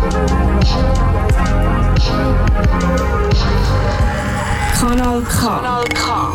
Kanal K. Kanal K.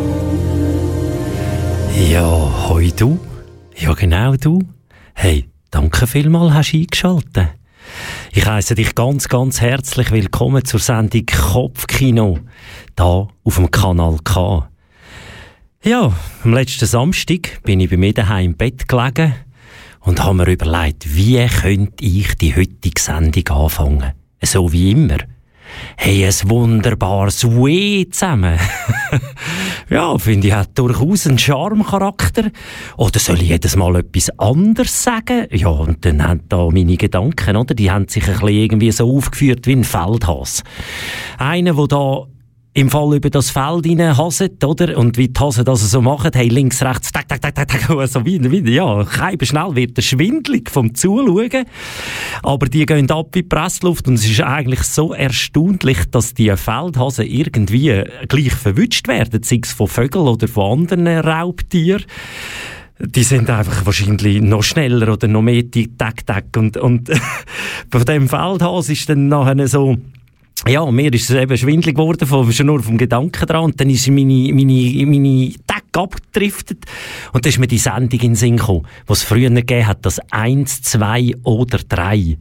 Ja, hoi du. Ja, genau du. Hey, danke vielmals, hast du eingeschaltet. Ich heisse dich ganz, ganz herzlich willkommen zur Sendung Kopfkino, hier auf dem Kanal K. Ja, am letzten Samstag bin ich bei mir daheim im Bett gelegen und habe mir überlegt, wie könnte ich die heutige Sendung anfangen? So wie immer. Hey, ein wunderbares Weh zusammen. Ja, finde ich, hat durchaus einen Charme-Charakter. Oder soll ich jedes Mal etwas anderes sagen? Ja, und dann haben da meine Gedanken, oder? Die haben sich ein bisschen irgendwie so aufgeführt wie ein Feldhase. Einer, der da im Fall über das Feld reinhaset, oder? Und wie die Hasen das so machen, hey, links, rechts, tak, tak, tak, tak, tak, so wieder, ja, schnell wird er schwindelig vom Zuschauen. Aber die gehen ab wie Pressluft und es ist eigentlich so erstaunlich, dass die Feldhasen irgendwie gleich verwünscht werden, sei es von Vögeln oder von anderen Raubtieren. Die sind einfach wahrscheinlich noch schneller oder noch mehr tak, tak, und von dem Feldhase ist dann nachher so, ja, mir ist es eben schwindelig geworden, schon nur vom Gedanken dran. Und dann ist meine Tag abgedriftet. Und dann ist mir die Sendung in den Sinn gekommen, die es früher gegeben hat, das 1, 2 oder 3.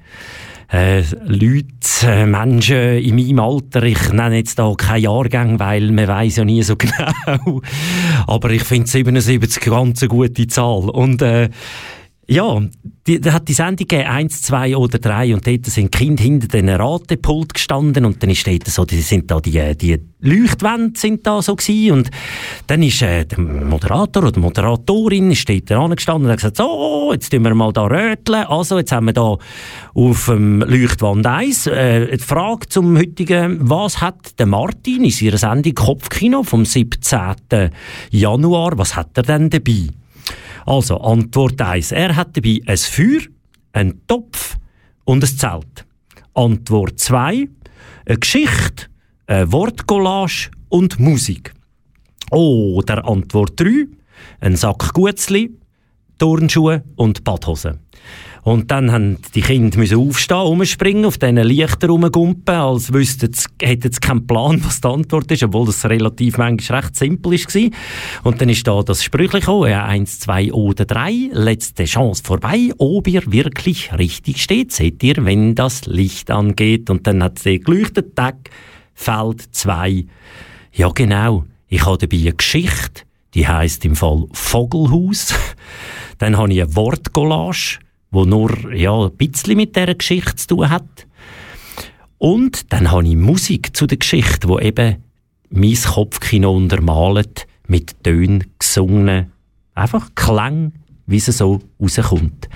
Leute, Menschen in meinem Alter, ich nenne jetzt da keinen Jahrgang, weil man weiss ja nie so genau. Aber ich finde 77 ganz eine gute Zahl. Und, ja, da hat die Sendung gegeben, 1, 2 oder 3, und dort sind Kinder hinter den Ratepult gestanden, und dann ist dort so, die Leuchtwände sind da so gewesen, und dann ist der Moderator oder die Moderatorin ist dort angestanden und hat gesagt, so, jetzt tun wir mal da röteln, also jetzt haben wir da auf dem Leuchtwand 1 die Frage zum heutigen, was hat der Martin in seiner Sendung Kopfkino vom 17. Januar, was hat er denn dabei? Also, Antwort 1. Er hat dabei ein Feuer, einen Topf und ein Zelt. Antwort 2. Eine Geschichte, eine Wortcollage und Musik. Oder Antwort 3. Ein Sack Guetzli, Turnschuhe und Badhosen. Und dann haben die Kinder aufstehen, rumspringen, auf diesen Lichtern rumgumpen, als hätten sie keinen Plan, was die Antwort ist, obwohl das relativ manchmal recht simpel war. Und dann ist da das Sprüchli gekommen, 1, 2 oder 3, letzte Chance vorbei, ob ihr wirklich richtig steht, seht ihr, wenn das Licht angeht. Und dann hat sie geleuchtet, Tag, Feld 2. Ja genau, ich habe dabei eine Geschichte, die heisst im Fall Vogelhaus. Dann habe ich eine Wortcollage, wo nur ein bisschen mit dieser Geschichte zu tun hat. Und dann habe ich Musik zu der Geschichte, wo eben mein Kopfkino untermalt, mit Tönen gesungen, einfach Klang, wie es so rauskommt.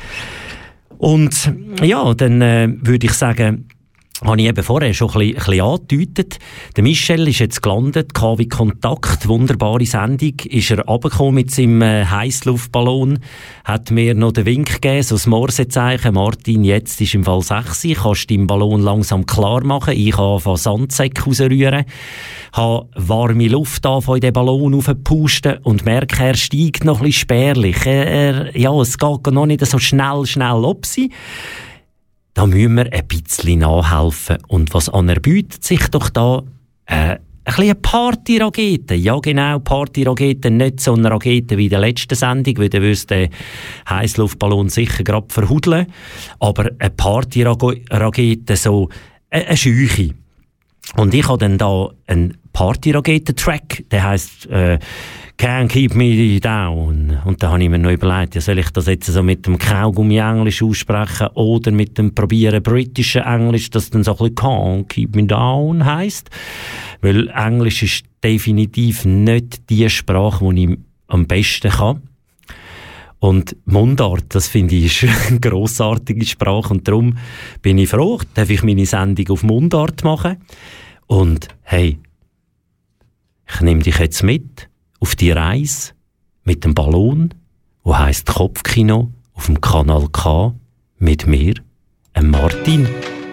Und ja, dann würde ich sagen, habe ich eben vorher schon ein bisschen angedeutet. Der Michel ist jetzt gelandet, KW Kontakt, wunderbare Sendung. Ist er runtergekommen mit seinem Heissluftballon, hat mir noch den Wink gegeben, so das Morsezeichen, Martin, jetzt ist im Fall 6, kannst du deinen Ballon langsam klar machen, ich kann anfangen Sandsäcke rausrühren, habe warme Luft in den Ballon aufpusten und merke, er steigt noch ein bisschen spärlich. Es geht noch nicht so schnell ob sie. Da müssen wir ein bisschen nachhelfen. Und was anerbietet sich doch da? Ein bisschen Partyrakete. Ja genau, Partyrakete, nicht so eine Rakete wie in der letzten Sendung, weil dann würde der Heissluftballon sicher gerade verhudeln. Aber eine Partyrakete, so eine Scheuche. Und ich habe dann da einen Partyraketen-Track, der heisst Can't Keep Me Down. Und da habe ich mir noch überlegt, soll ich das jetzt so mit dem Kaugummi-Englisch aussprechen oder mit dem probieren britischen Englisch, das dann so ein bisschen Can't Keep Me Down heisst. Weil Englisch ist definitiv nicht die Sprache, die ich am besten kann. Und Mundart, das finde ich, ist eine grossartige Sprache. Und darum bin ich froh, darf ich meine Sendung auf Mundart machen. Und hey, ich nehme dich jetzt mit auf die Reise mit dem Ballon, wo heisst Kopfkino auf dem Kanal K mit mir, Martin.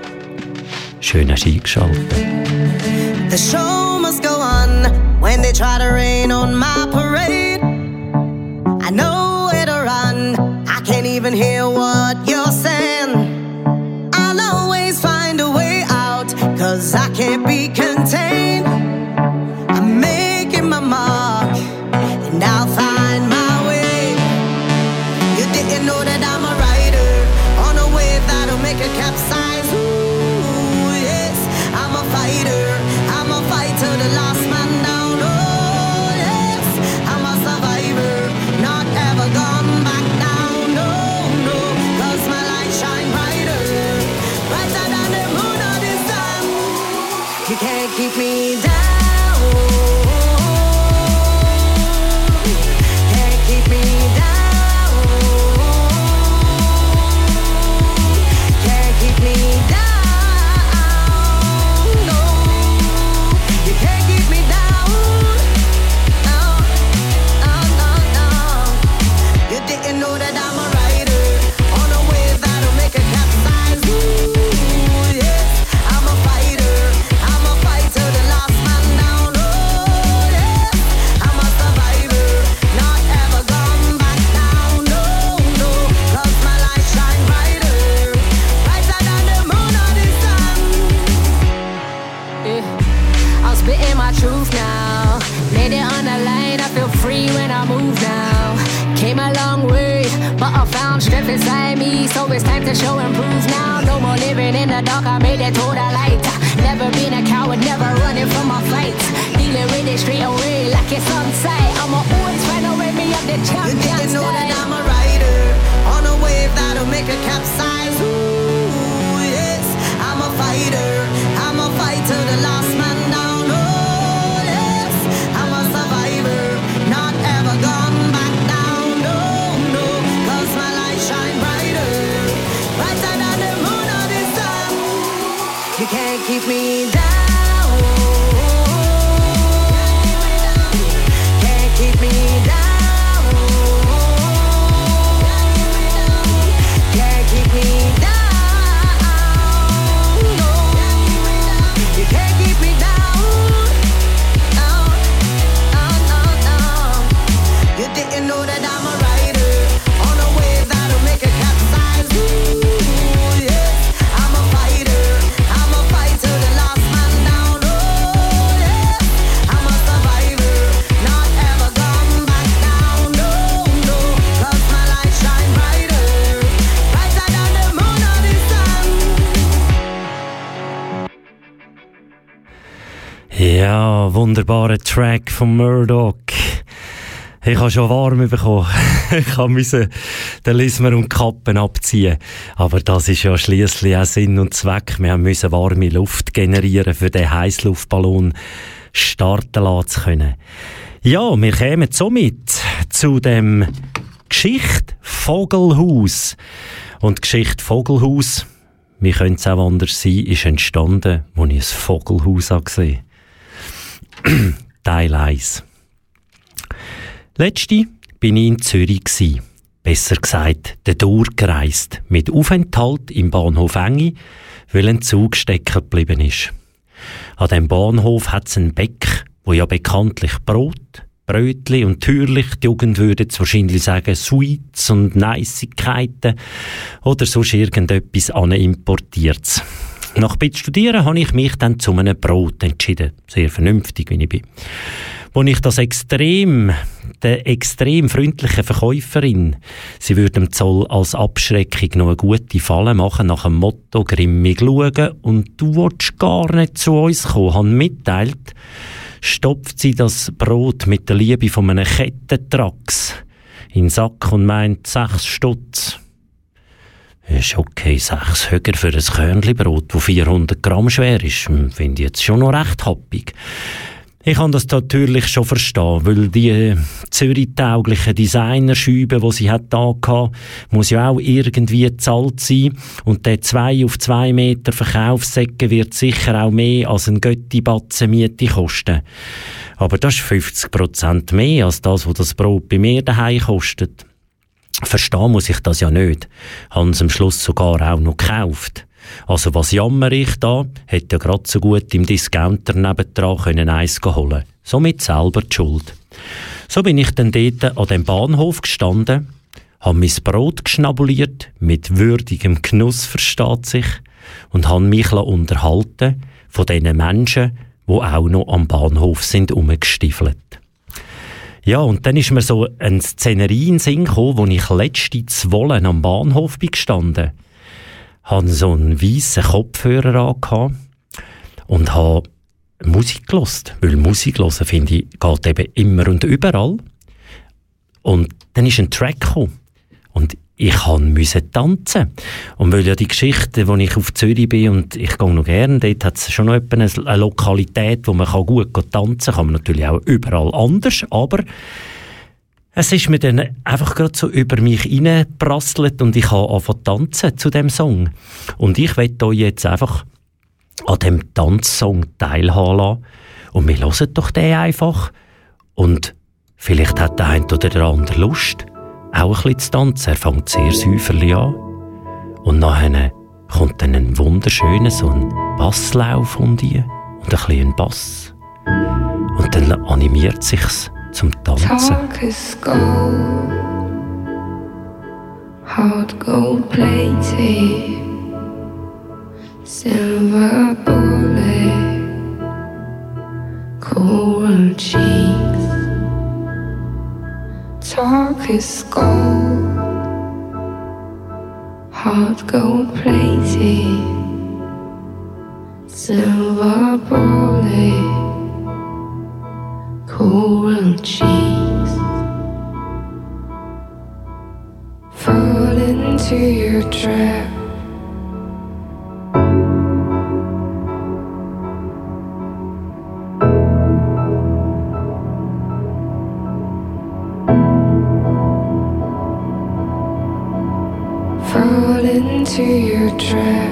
Schön hast du eingeschaltet. The show must go on when they try to rain on my parade. I know where to run, I can't even hear what you're saying. I'll always can't be contained. I'm making my mark, and I'll find my way. You didn't know that I'm a rider on a wave that'll make a capsize. Ooh, yes, I'm a fighter. I'm a fighter, the last man down. Oh, yes, I'm a survivor, not ever gone back down. No, no, 'cause my light shine brighter, brighter than the moon or the sun. You can't keep me down. Can't keep me down. Can't keep me down. No, you can't keep me down. No, no, no, no. You didn't know that I'm a rider on a wave that'll make a capsize. Ooh, yes, I'm a fighter. I'm a fighter, the last man down. Oh, yes, I'm a survivor, not ever gone back down. No, no, 'cause my light shine brighter, brighter than the moon or the sun. I'm spitting my truth now. Made it on the line, I feel free when I move now. Came a long way, but I found strength inside me, so it's time to show and prove now. No more living in the dark, I made it to the light. Never been a coward, never running from my fights. Dealing with it straight away like it's on sight. I'ma always find a way, me up the champion. You didn't know that I'm a rider on a wave that'll make a capsize. Ooh, yes, I'm a fighter. I'm a fighter, the last man down. Oh, yes, I'm a survivor, not ever gone back down. No, no, 'cause my light shine brighter, brighter than the moon or the sun. You can't keep me down. Can't keep me down. Can't keep me down. No, you can't keep me down. No, no, no, no. You didn't know that I'm a rider on a wave that'll make a capsize. Ooh, yes, I'm a fighter. I'm a fighter, the last man down. Oh, yes, I'm a survivor, not ever gone back down. No, no, 'cause my light shine brighter, brighter than the moon or the sun. Ja, wunderbarer Track von Murdoch. Ich habe schon warm bekommen. Ich musste den Lismer und die Kappen abziehen. Aber das ist ja schliesslich auch Sinn und Zweck. Wir müssen warme Luft generieren, für den Heissluftballon starten lassen zu können. Ja, wir kommen somit zu dem Geschichte Vogelhaus. Und die Geschichte Vogelhaus, wie könnte es auch anders sein, ist entstanden, als ich ein Vogelhaus gesehen habe. Teil 1. Letzte bin ich in Zürich gsi. Besser gesagt, durchgereist. Mit Aufenthalt im Bahnhof Engi, weil ein Zug stecken geblieben ist. An diesem Bahnhof hat es einen Bäck, wo ja bekanntlich Brot, Brötli und natürlich, die Jugend würde jetzt wahrscheinlich sagen, Sweets und Neissigkeiten oder sonst irgendetwas importiert. Nach ein bisschen Studieren habe ich mich dann zu einem Brot entschieden. Sehr vernünftig, wie ich bin. Wo ich der extrem freundlichen Verkäuferin, sie würde dem Zoll als Abschreckung noch eine gute Falle machen, nach dem Motto grimmig schauen und du willst gar nicht zu uns kommen, habe mitteilt, stopft sie das Brot mit der Liebe von einem Kettentrax in den Sack und meint 6 Stutz. Ist okay, 6 Höger für ein Körnli-Brot, das 400 Gramm schwer ist, finde ich jetzt schon noch recht happig. Ich kann das natürlich schon verstehen, weil die Zürich-tauglichen Designerschübe, die sie hat da gehabt, muss ja auch irgendwie gezahlt sein. Und der 2 auf 2 Meter Verkaufssäcke wird sicher auch mehr als ein Götti-Batzen Miete kosten. Aber das ist 50% mehr als das, was das Brot bei mir daheim kostet. Verstehen muss ich das ja nicht. Haben sie am Schluss sogar auch noch gekauft. Also was jammer ich da, hätte ja gerade so gut im Discounter nebendran eins holen. Somit selber die Schuld. So bin ich dann dort an dem Bahnhof gestanden, habe mein Brot geschnabuliert, mit würdigem Genuss versteht sich, und habe mich unterhalten von diesen Menschen, die auch noch am Bahnhof sind rumgestiefelt. Ja, und dann ist mir so eine Szenerie in den Sinn gekommen, wo ich letzte Zwolle am Bahnhof bin gestanden. Hatte so einen weissen Kopfhörer angehabt und habe Musik gehört. Weil Musik hören, finde ich, geht eben immer und überall. Und dann ist ein Track gekommen. Und ich musste tanzen. Und weil ja die Geschichte, wo ich auf Zürich bin, und ich gehe noch gerne, dort hat es schon noch eine Lokalität, wo man gut tanzen kann. Kann man natürlich auch überall anders, aber es ist mir dann einfach gerade so über mich reingeprasselt und ich habe angefangen tanzen zu dem Song. Und ich möchte euch jetzt einfach an dem Tanzsong teilhaben lassen. Und wir hören doch den einfach. Und vielleicht hat der eine oder der andere Lust, auch ein bisschen zu tanzen. Er fängt sehr säuferlich an. Und nachher kommt dann ein wunderschöner, so ein Basslauf von dir und ein bisschen ein Bass. Und dann animiert sich's zum Tanzen. Talk is gold, hard gold plated, silver bullet, coral cheeks. Talk is gold, hard gold plated, silver bullet, coral cheeks. Fall into your trap. Fall into your trap.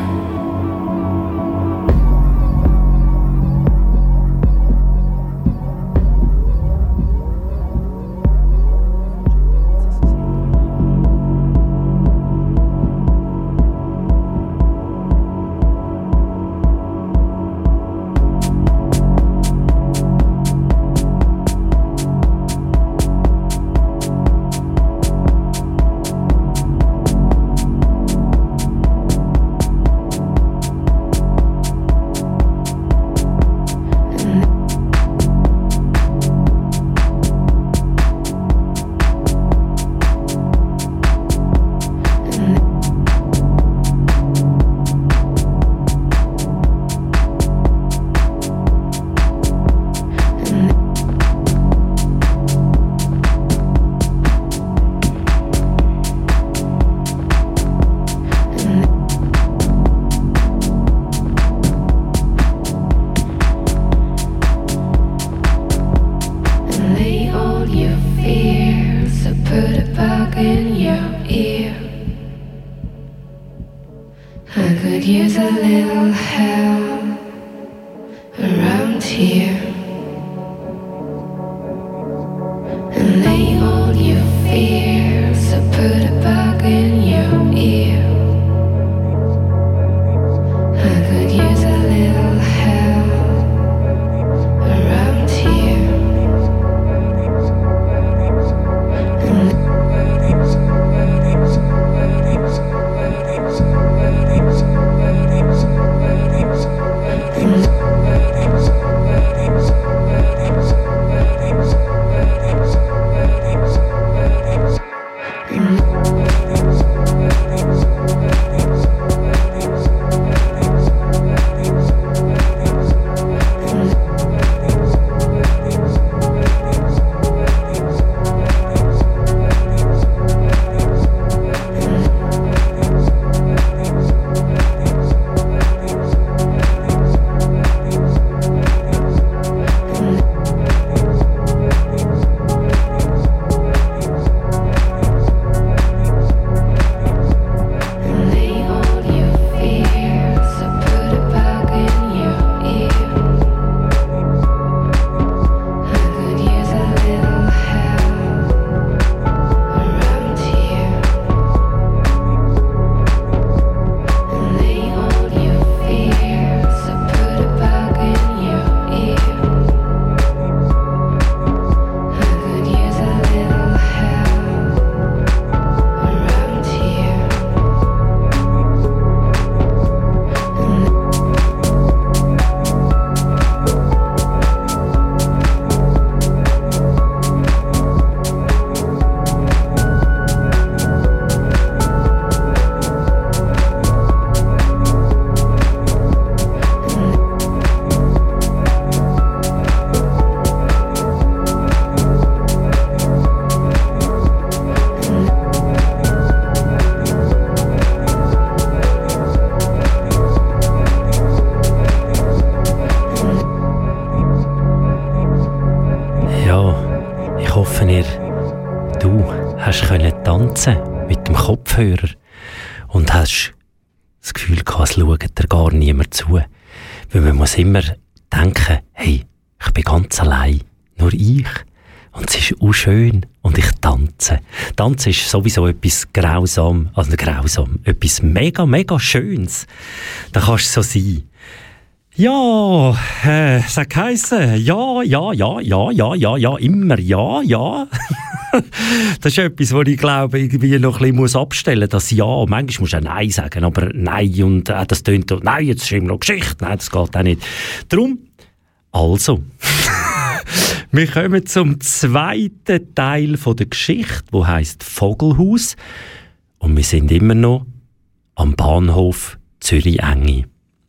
Kopfhörer und hast das Gefühl gehabt, es schaut dir gar niemand zu. Weil man muss immer denken, hey, ich bin ganz allein, nur ich. Und es ist auch schön und ich tanze. Tanzen ist sowieso etwas etwas mega, mega Schönes. Da kannst du so sein. Ja, es hat geheissen, ja, immer ja. Das ist etwas, was ich glaube, irgendwie noch ein bisschen abstellen muss, das Ja. Manchmal musst du auch Nein sagen, aber Nein und das tönt, nein, jetzt ist immer noch Geschichte. Nein, das geht auch nicht. Darum, also, wir kommen zum zweiten Teil von der Geschichte, der heisst Vogelhaus. Und wir sind immer noch am Bahnhof Zürich-Enge.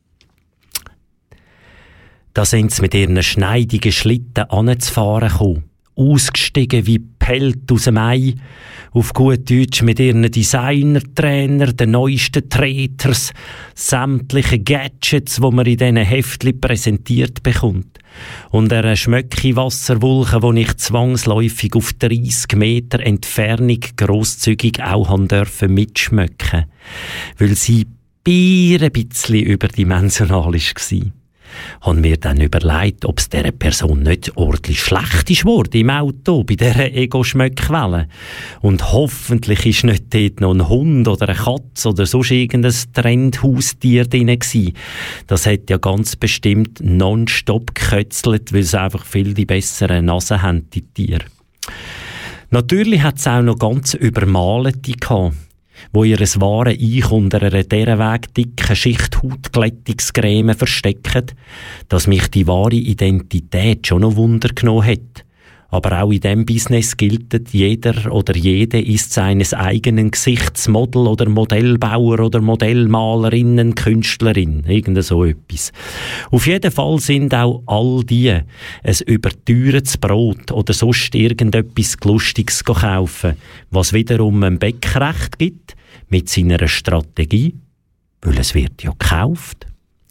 Da sind sie mit ihren schneidigen Schlitten anzufahren gekommen. Ausgestiegen wie Pelt aus dem Ei. Auf gut Deutsch mit ihren Designer-Trainer, den neuesten Treters, sämtlichen Gadgets, die man in diesen Heftchen präsentiert bekommt. Und eine schmöcke Wasserwolke, die ich zwangsläufig auf 30 Meter Entfernung grosszügig auch dürfen mitschmöcken, weil sie ein bisschen überdimensional war. Haben mir dann überlegt, ob es dieser Person nicht ordentlich schlecht ist worden im Auto, bei dieser Ego-Schmöckwelle. Und hoffentlich ist nicht dort noch ein Hund oder eine Katze oder sonst irgendein Trendhaustier drin gewesen. Das hat ja ganz bestimmt nonstop gekötzelt, weil sie einfach viel die bessere Nase haben, die Tiere. Natürlich hat es auch noch ganz Übermalete gehabt, wo ihr wahre Ich unter einer derweg dicken Schicht Hautglättungscreme verstecken, dass mich die wahre Identität schon noch Wunder genommen hat. Aber auch in diesem Business gilt, jeder oder jede ist seines eigenen Gesichts Model oder Modellbauer oder Modellmalerinnen, Künstlerin, irgend so etwas. Auf jeden Fall sind auch all die ein überteuertes Brot oder sonst irgendetwas Lustiges kaufen, was wiederum ein Beckrecht gibt mit seiner Strategie, weil es wird ja gekauft.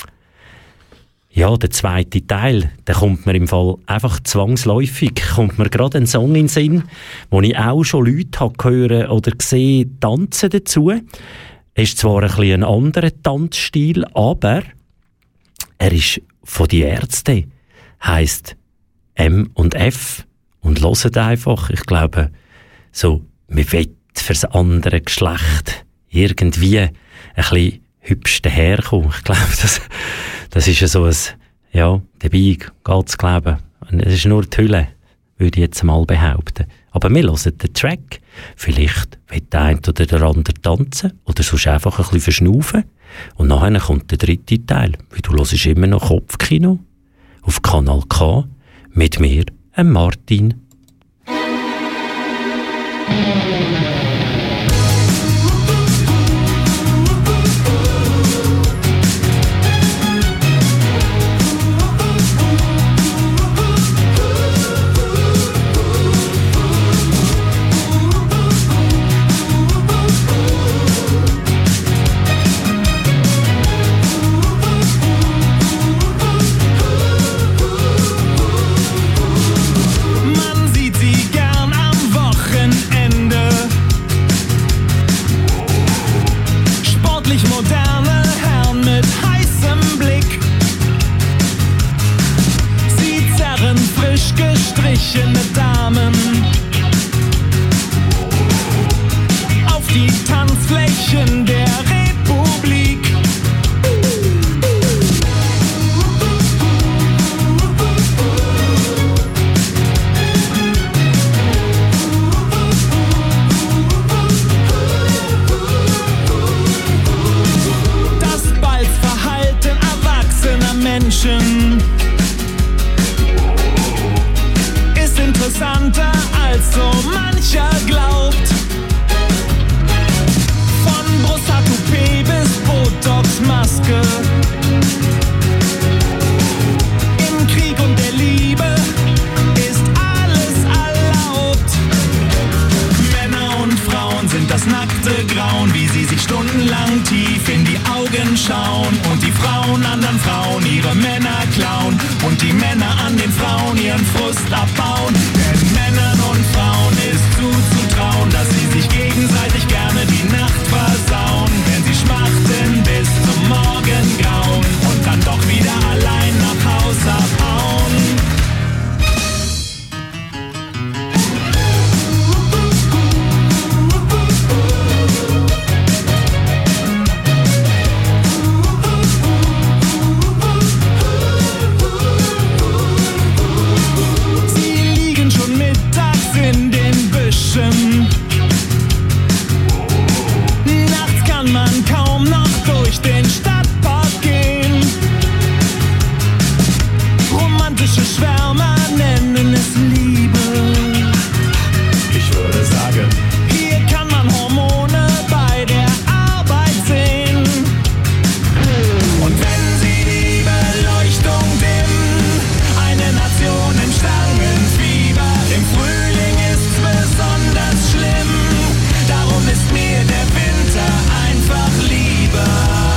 Ja, der zweite Teil, der kommt mir im Fall einfach zwangsläufig, kommt mir gerade ein Song in den Sinn, wo ich auch schon Leute habe hören oder gesehen tanzen dazu. Es ist zwar ein bisschen ein anderer Tanzstil, aber er ist von die Ärzte, heisst M&F und hört einfach, ich glaube, so, man will fürs andere Geschlecht irgendwie ein bisschen hübsch daherkommen. Ich glaube, das ist ja so ein, ja, dabei geht's, glaube ich. Es ist nur die Hülle, würde ich jetzt mal behaupten. Aber wir hören den Track. Vielleicht will der eine oder der andere tanzen oder sonst einfach ein bisschen verschnaufen. Und nachher kommt der dritte Teil. Weil du hörst immer noch Kopfkino auf Kanal K mit mir, Martin. Damen auf die Tanzflächen der Republik. Das Balzverhalten erwachsener Menschen interessanter als so mancher glaubt. Von Brusthaar-Toupet bis Botox-Maske. Im Krieg und der Liebe ist alles erlaubt. Männer und Frauen sind das nackte Grauen, wie sie sich stundenlang tief in die Augen schauen. Und die Frauen anderen Frauen ihre Männer klauen. Und die Männer an den Frauen ihren Frust abbauen. Denn Männern und Frauen ist zuzutrauen, dass sie sich gegenseitig gerne die Nacht kann man kaum noch durch den Stadtpark gehen. Romantische Schwärmer nennen es Liebe. Ich würde sagen, hier kann man Hormone bei der Arbeit sehen. Und wenn sie die Beleuchtung dimmen, eine Nation im Stangenfieber, im Frühling ist's besonders schlimm. Darum ist mir der Winter einfach lieber.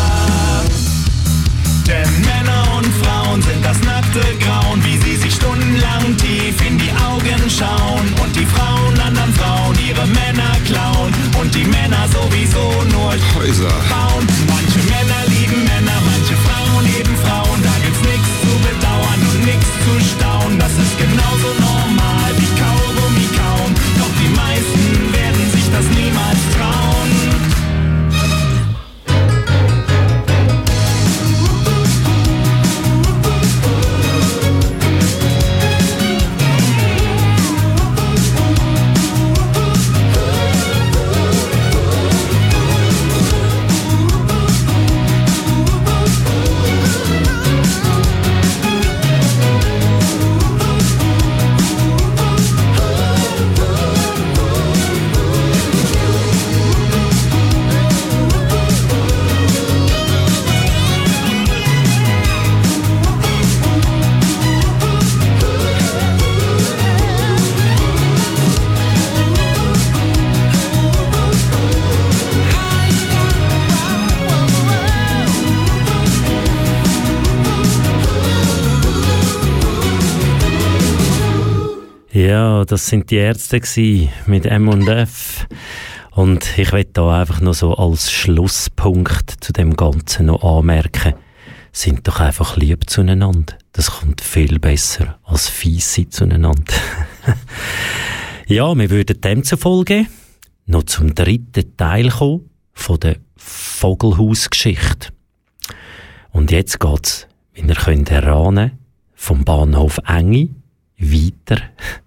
Denn Männer und Frauen sind das nackte Grauen, wie sie sich stundenlang tief in die Augen schauen. Und die Frauen anderen Frauen ihre Männer klauen. Und die Männer sowieso nur Häuser bauen. Manche Männer lieben Männer, manche Frauen lieben Frauen. Da gibt's nichts zu bedauern und nichts zu staunen. Das ist genauso normal wie Kaugummi kauen. Doch die meisten werden sich das niemals trauen. Ja, das sind die Ärzte gsi mit M&F. Und ich will da einfach noch so als Schlusspunkt zu dem Ganzen noch anmerken, sind doch einfach lieb zueinander. Das kommt viel besser als fies sein zueinander. Ja, wir würden demzufolge noch zum 3. Teil kommen von der Vogelhausgeschichte. Und jetzt geht's, wie ihr könnt erahnen, vom Bahnhof Engi weiter.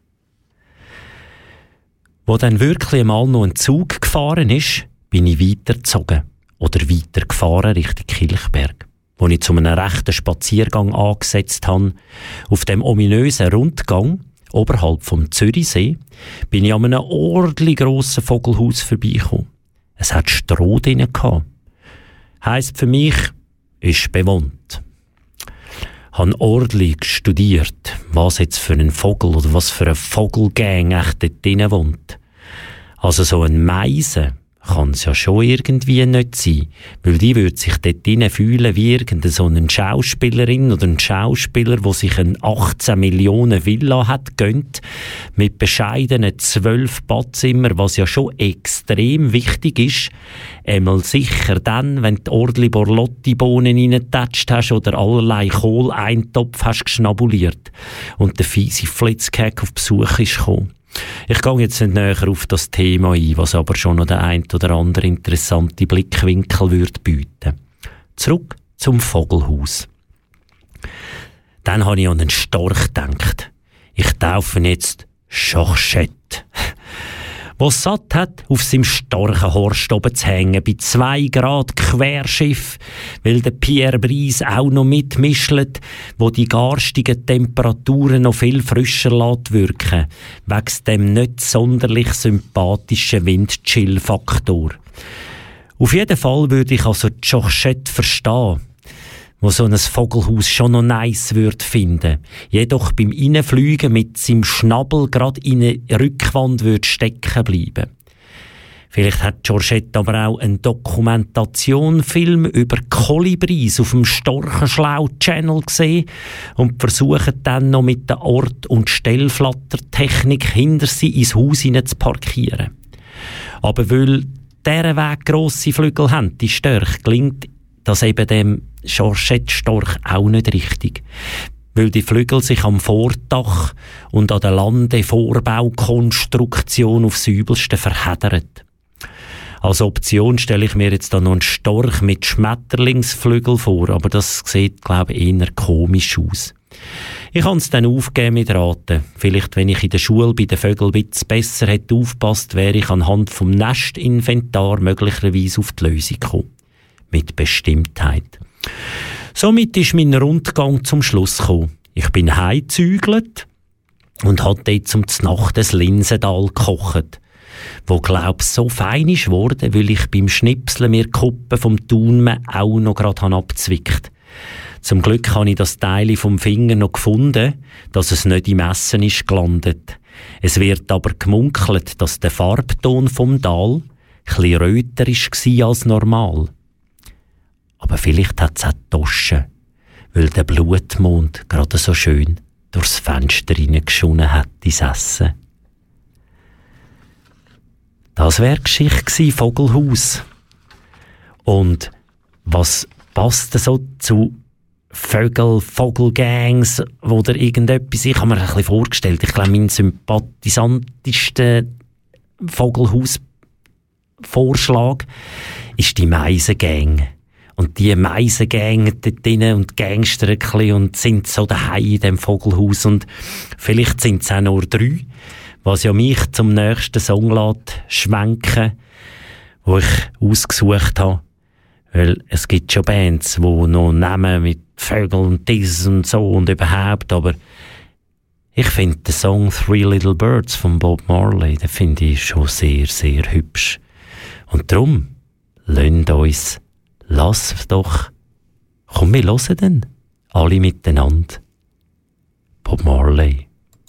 Wo dann wirklich einmal noch ein Zug gefahren ist, bin ich weitergezogen oder weitergefahren Richtung Kilchberg, wo ich zu einem rechten Spaziergang angesetzt habe. Auf dem ominösen Rundgang oberhalb vom Zürichsee bin ich an einem ordentlich grossen Vogelhaus vorbeigekommen. Es hat Stroh drin gehabt. Heisst für mich, ist bewohnt. Habe ordentlich studiert, was jetzt für ein Vogel oder was für eine Vogelgang echt dort drin wohnt. Also so ein Meise kann es ja schon irgendwie nicht sein, weil die würde sich dort drin fühlen wie irgendeine so eine Schauspielerin oder ein Schauspieler, der sich eine 18 Millionen Villa hat gönnt, mit bescheidenen 12 Badzimmer, was ja schon extrem wichtig ist. Einmal sicher dann, wenn du ordentlich Borlotti-Bohnen reingetatscht hast oder allerlei Kohl-Eintopf hast geschnabuliert und der fiese Flitzkek auf Besuch ist gekommen. Ich gehe jetzt nicht näher auf das Thema ein, was aber schon noch der ein oder andere interessante Blickwinkel würde bieten. Zurück zum Vogelhaus. Dann habe ich an einen Storch gedacht. Ich taufe ihn jetzt Schachschette. Was satt hat, auf seinem Storchenhorst oben zu hängen, bei 2 Grad Querschiff, weil der Pierre Brice auch noch mitmischelt, wo die garstigen Temperaturen noch viel frischer wirken, wegen dem nicht sonderlich sympathischen Windchill-Faktor. Auf jeden Fall würde ich also die Schachschette verstehen, wo so ein Vogelhaus schon noch nice würde finden. Jedoch beim Reinfliegen mit seinem Schnabel gerade in eine Rückwand würde stecken bleiben. Vielleicht hat Georgette aber auch einen Dokumentationsfilm über Kolibris auf dem Storchenschlau-Channel gesehen und versucht dann noch mit der Ort- und Stellflattertechnik hinter sie ins Haus hinein zu parkieren. Aber weil dieser Weg grosse Flügel haben, die Störche, gelingt das eben dem Georgette-Storch auch nicht richtig, weil die Flügel sich am Vordach und an der Landevorbaukonstruktion aufs Übelste verheddern. Als Option stelle ich mir jetzt da noch einen Storch mit Schmetterlingsflügel vor, aber das sieht, glaube ich, eher komisch aus. Ich habe es dann aufgegeben mit Raten. Vielleicht, wenn ich in der Schule bei den Vögeln ein bisschen besser hätte aufgepasst, wäre ich anhand vom Nestinventar möglicherweise auf die Lösung gekommen. Mit Bestimmtheit. Somit ist mein Rundgang zum Schluss gekommen. Ich bin heimgezügelt und habe dort zum Znacht des Linsental gekocht, wo, glaub ich, so fein ist worden, weil ich beim Schnipseln mir die Kuppe vom Thunme auch noch gerade abgezwickt. Zum Glück habe ich das Teil vom Finger noch gefunden, dass es nicht im Essen ist gelandet. Es wird aber gemunkelt, dass der Farbton vom Dahl etwas röter war als normal. Aber vielleicht hat es auch Taschen, weil der Blutmond gerade so schön durchs Fenster hineingeschonen hat ins Essen. Das wäre die Geschichte gewesen, Vogelhaus. Und was passt so zu Vogelgangs oder irgendetwas? Ich habe mir ein bisschen vorgestellt. Ich glaube, mein sympathisantester Vogelhaus-Vorschlag ist die Meisengang. Und die Meisengang dort drinnen und Gangster und sind so daheim in dem Vogelhaus. Und vielleicht sind es auch nur 3, was ja mich zum nächsten Song lässt schwenken, wo ich ausgesucht habe. Weil es gibt schon Bands, die noch Namen mit Vögeln und dieses und so und überhaupt, aber ich finde den Song Three Little Birds von Bob Marley, den finde ich schon sehr, sehr hübsch. Und darum, lass doch, komm, wir hören dann alle miteinander. Bob Marley.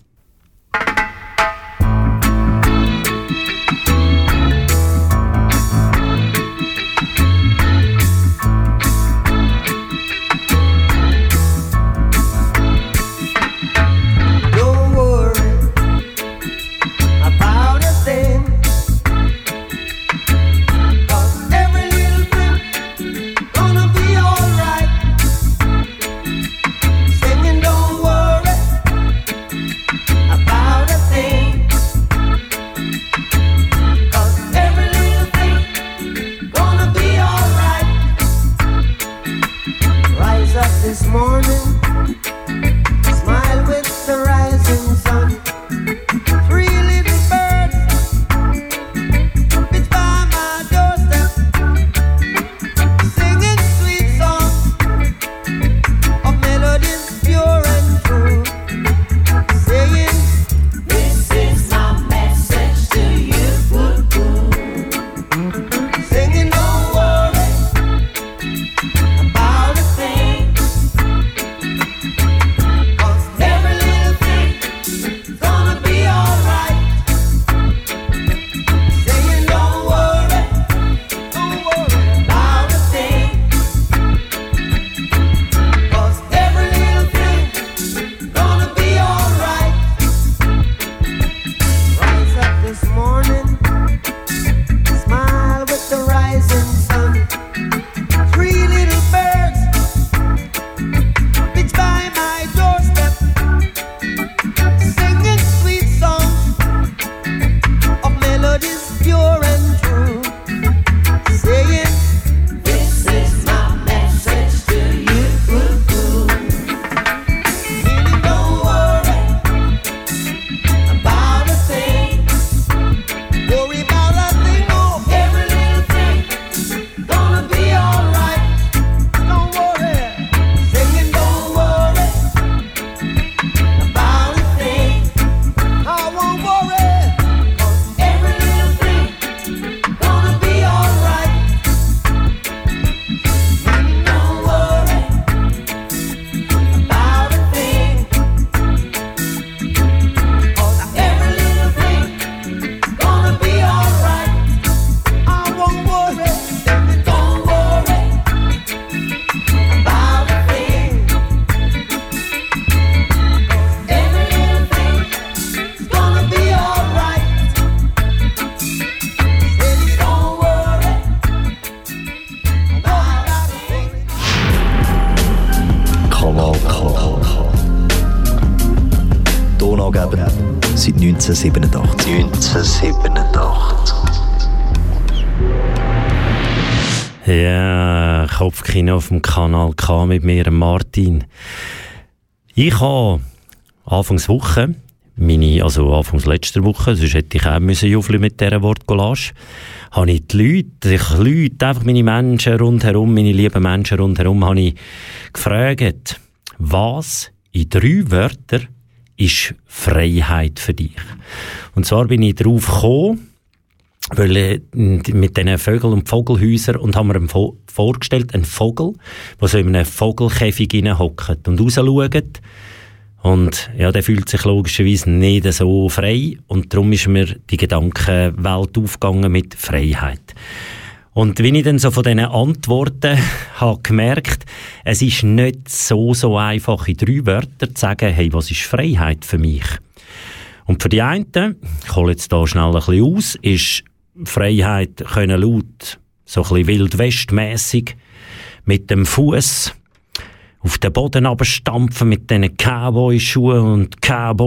Seit 1987. Ja, Kopfkino auf dem Kanal K mit mir, Martin. Ich habe Anfangswoche, Anfangs letzter Woche, sonst hätte ich auch juffeln mit dieser Wortcollage, habe ich die Leute, einfach meine Menschen rundherum, meine lieben Menschen rundherum, habe ich gefragt, was in 3 Wörtern ist Freiheit für dich? Und zwar bin ich darauf gekommen, weil mit diesen Vögeln und Vogelhäusern und haben mir vorgestellt, einen Vogel, der so in einem Vogelkäfig hockt und rausschaut. Und ja, der fühlt sich logischerweise nicht so frei und darum ist mir die Gedankenwelt aufgegangen mit Freiheit. Und wenn ich dann so von diesen Antworten habe gemerkt, es ist nicht so einfach in 3 Wörtern zu sagen, hey, was ist Freiheit für mich? Und für die einen, ich hole jetzt da schnell ein bisschen aus, ist Freiheit können laut, so ein bisschen wildwestmässig, mit dem Fuß auf den Boden runterstampfen mit diesen Cowboy-Schuhen und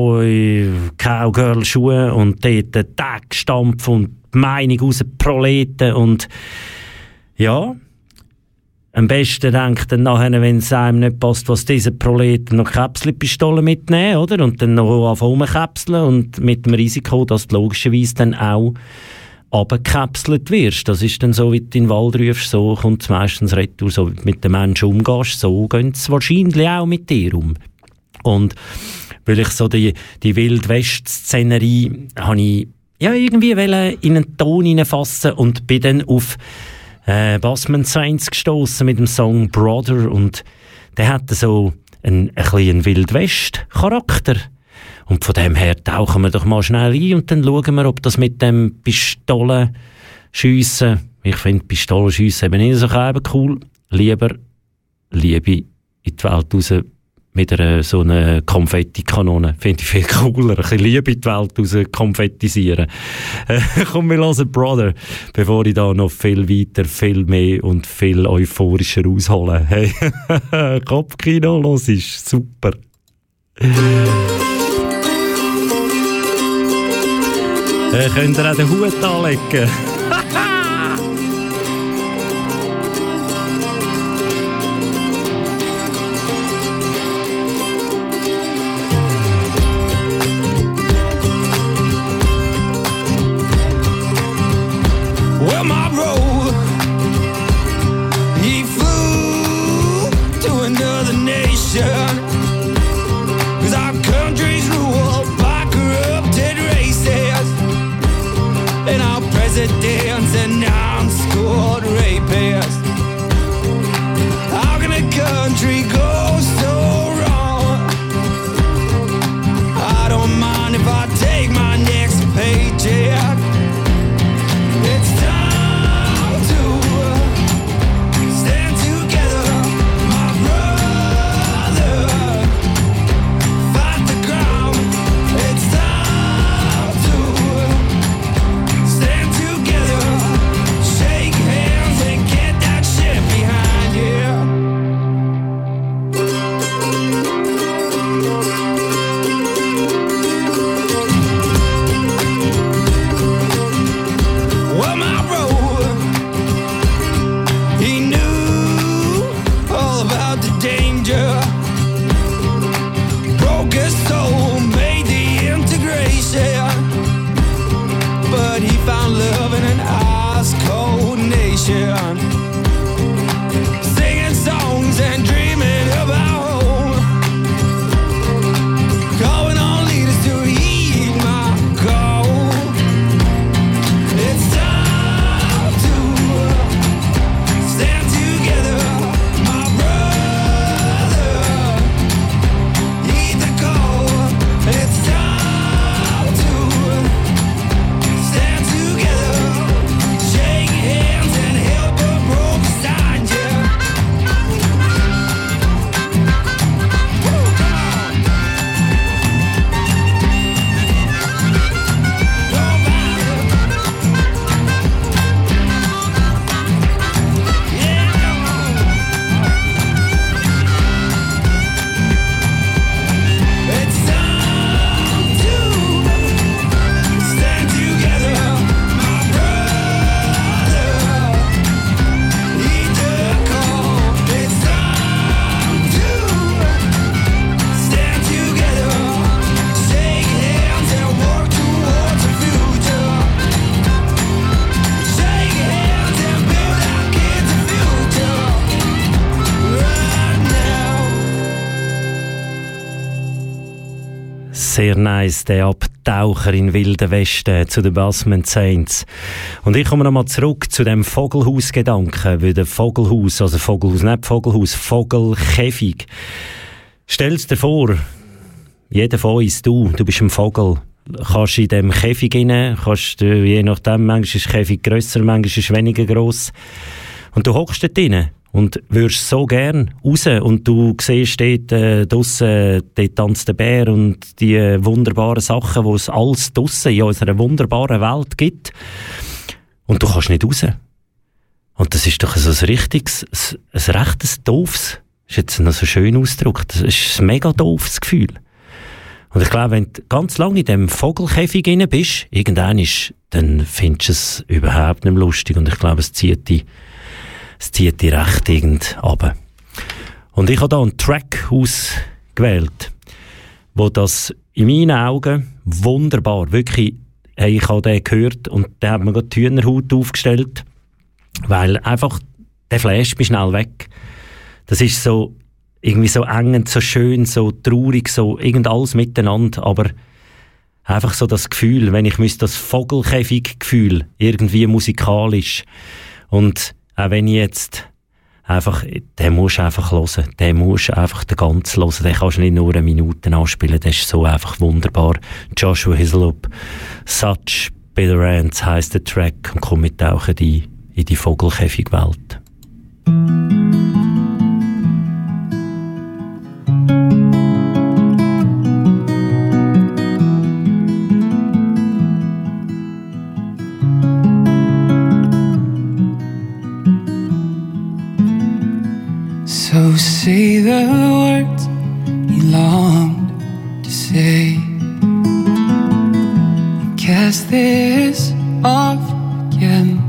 Cowgirl-Schuhen und dort den Tag stampfen und die Meinung rausproleten und ja, am besten denkt dann nachher, wenn es einem nicht passt, was diese Proleten noch Käpselpistolen mitnehmen, oder? Und dann noch anfangen käpseln und mit dem Risiko, dass du logischerweise dann auch runtergekäpselt wirst. Das ist dann so, wie du in den Wald rufst, so kommt es meistens retour, so wie du mit den Menschen umgehst, so gehen sie wahrscheinlich auch mit dir um. Und weil ich so die Wild-West-Szenerie habe ich ja irgendwie in einen Ton hineinfassen und bin dann auf Bassman Saints gestossen mit dem Song Brother und der hat so einen kleinen Wild-West-Charakter. Und von dem her tauchen wir doch mal schnell ein und dann schauen wir, ob das mit dem Pistolenschiessen, ich finde Pistolenschiessen eben nicht so cool, lieber Liebe in die Welt raus mit so einer Konfettikanone. Finde ich viel cooler. Ein bisschen Liebe in die Welt raus konfettisieren. Komm, wir hören Brother, bevor ich da noch viel weiter, viel mehr und viel euphorischer aushole. Hey, Kopfkino, los ist super. Könnt ihr auch den Hut anlegen? Well, my road, he flew to another nation, 'cause our country's ruled by corrupted races, and our president's an unschooled rapist. How can a country go so wrong? I don't mind if I take my next paycheck. It's time to stand together, my brother. Fight the ground. It's time to stand together, shake hands and get that shit behind you. Well, my road, he knew all about the danger. Broke his soul, made the integration, but he found love in an ice-cold nation. Singing songs and dreaming about home, calling on leaders to heed my call. It's time to stand together, my brother. Heed the call. It's time to stand together, shake hands and help a broken sign, yeah. Woo, come on. Nobody. Yeah. Sehr nice, der Abtaucher in Wilden Westen zu den Basement Saints. Und ich komme nochmal zurück zu dem Vogelhaus-Gedanken, weil der Vogelhaus, also Vogelhaus, nicht Vogelhaus, Vogelkäfig. Stell's dir vor, jeder von uns, du bist ein Vogel. Kannst in dem Käfig rein, kannst, je nachdem, manchmal ist der Käfig grösser, manchmal ist es weniger gross. Und du hockst dort rein. Und würdest so gern raus und du siehst dort draussen, dort tanzt der Bär und die wunderbaren Sachen, die es alles draussen in unserer wunderbaren Welt gibt. Und du kannst nicht raus. Und das ist doch so ein richtiges, ein rechtes doofes, das ist jetzt noch so schön ausgedrückt, das ist ein mega doofes Gefühl. Und ich glaube, wenn du ganz lange in diesem Vogelkäfig rein bist, irgendwann dann findest du es überhaupt nicht mehr lustig und ich glaube, es zieht dich recht irgend runter. Und ich habe da einen Track ausgewählt, wo das in meinen Augen wunderbar, wirklich, hey, ich habe den gehört und der hat mir gerade die Hühnerhaut aufgestellt, weil einfach, der flasht mich schnell weg. Das ist so, irgendwie so engend, so schön, so traurig, so irgend alles miteinander, aber einfach so das Gefühl, wenn ich das Vogelkäfig-Gefühl irgendwie musikalisch und auch wenn ich jetzt einfach, den musst du einfach hören, den musst du einfach den ganzen hören, den kannst du nicht nur eine Minute anspielen, das ist so einfach wunderbar. Joshua Hislop, Such Bitter Ants heisst der Track und komm, wir tauchen in die Vogelkäfigwelt. So say the words you longed to say, and cast this off again,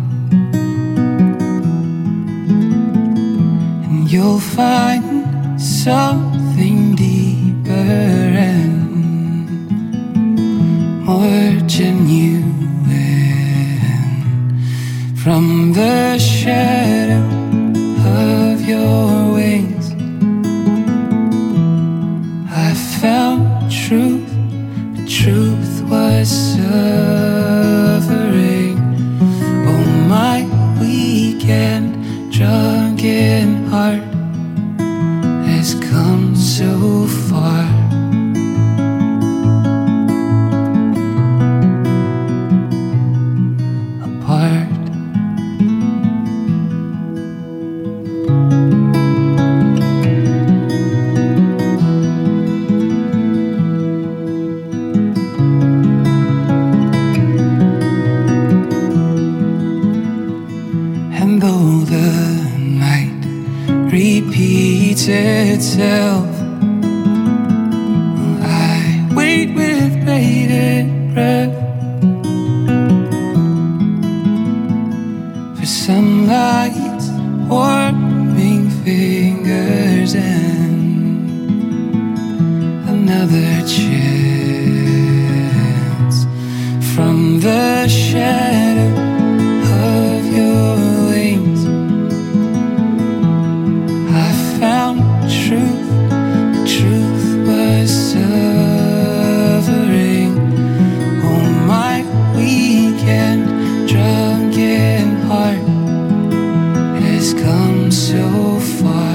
and you'll find something deeper and more genuine from the shadow of your wings. I found truth, but truth was suffering. Oh, my weekend drunken heart has come so far. Apart. Itself, I wait with bated breath for sunlight's warming fingers and another chance from the shadow of your wings. I found truth, the truth was suffering. Oh, my weekend drunken heart has come so far.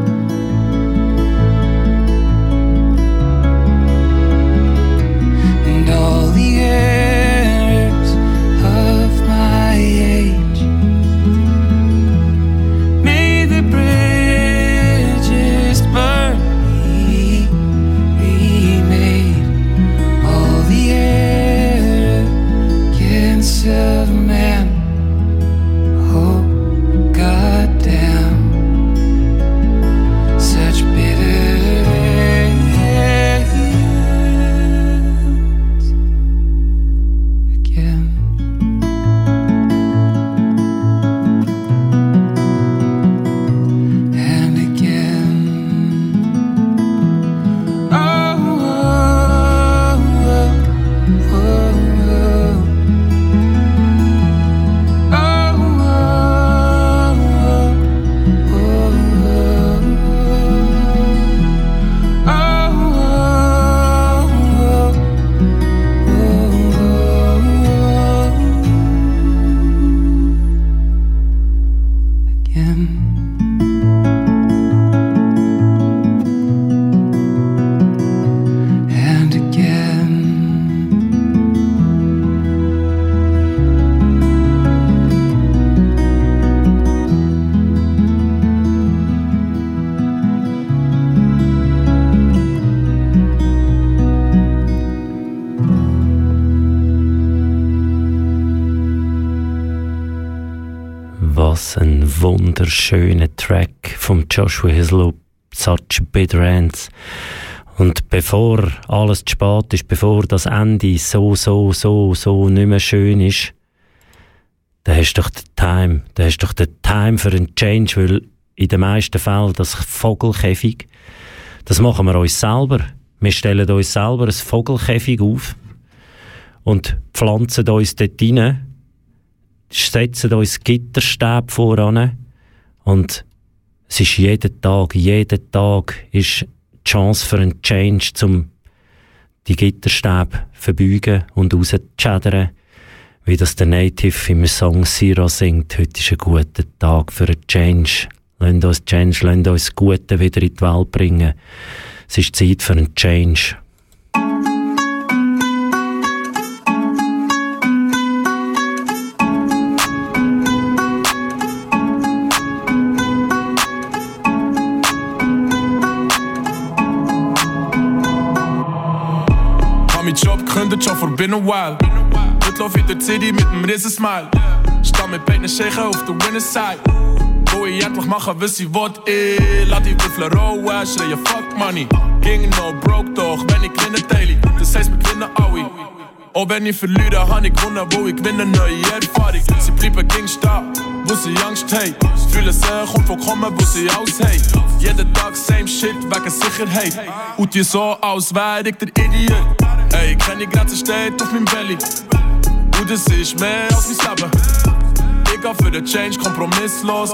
And all the errors of my age made the bridge wunderschöner Track von Joshua Hislop, Such a Bitter End. Und bevor alles zu spät ist, bevor das Ende so nicht mehr schön ist, da hast du doch den Time für einen Change, weil in den meisten Fällen das Vogelkäfig, das machen wir uns selber. Wir stellen uns selber ein Vogelkäfig auf und pflanzen uns dort rein, setzen uns Gitterstäbe voran und es ist jeden Tag ist die Chance für einen Change, um die Gitterstäbe verbeugen und rauszuschädern, wie das der Native im Song Sira singt. Heute ist ein guter Tag für einen Change. Lasst uns das Gute wieder in die Welt bringen. Es ist Zeit für einen Change. Job gekündigt, schon vor bin a while. Heute lauf ich durch die City mit nem riesen Smile. Steh mit beiden Schächen auf der Winner Side. Wo ich endlich mache, was ich will, lass die Würfel rollen, schreie fuck money. Ging no broke doch, wenn ich gewinne daily. Das heisst, wir gewinnen alle. Auch wenn ich verliere, hab ich gewonnen, wo ich gewinne neue Erfahrung. Sie bleiben gegen stehen, wo sie Angst haben. Fühlen sich und vollkommen, wo sie alles haben. Jeden Tag same shit, wegen Sicherheit. Und die so, als wär ich der Idiot. Ey, keine Grenze steht auf meinem Belly. Und es ist mehr als mein Leben. Ich geh für den Change kompromisslos.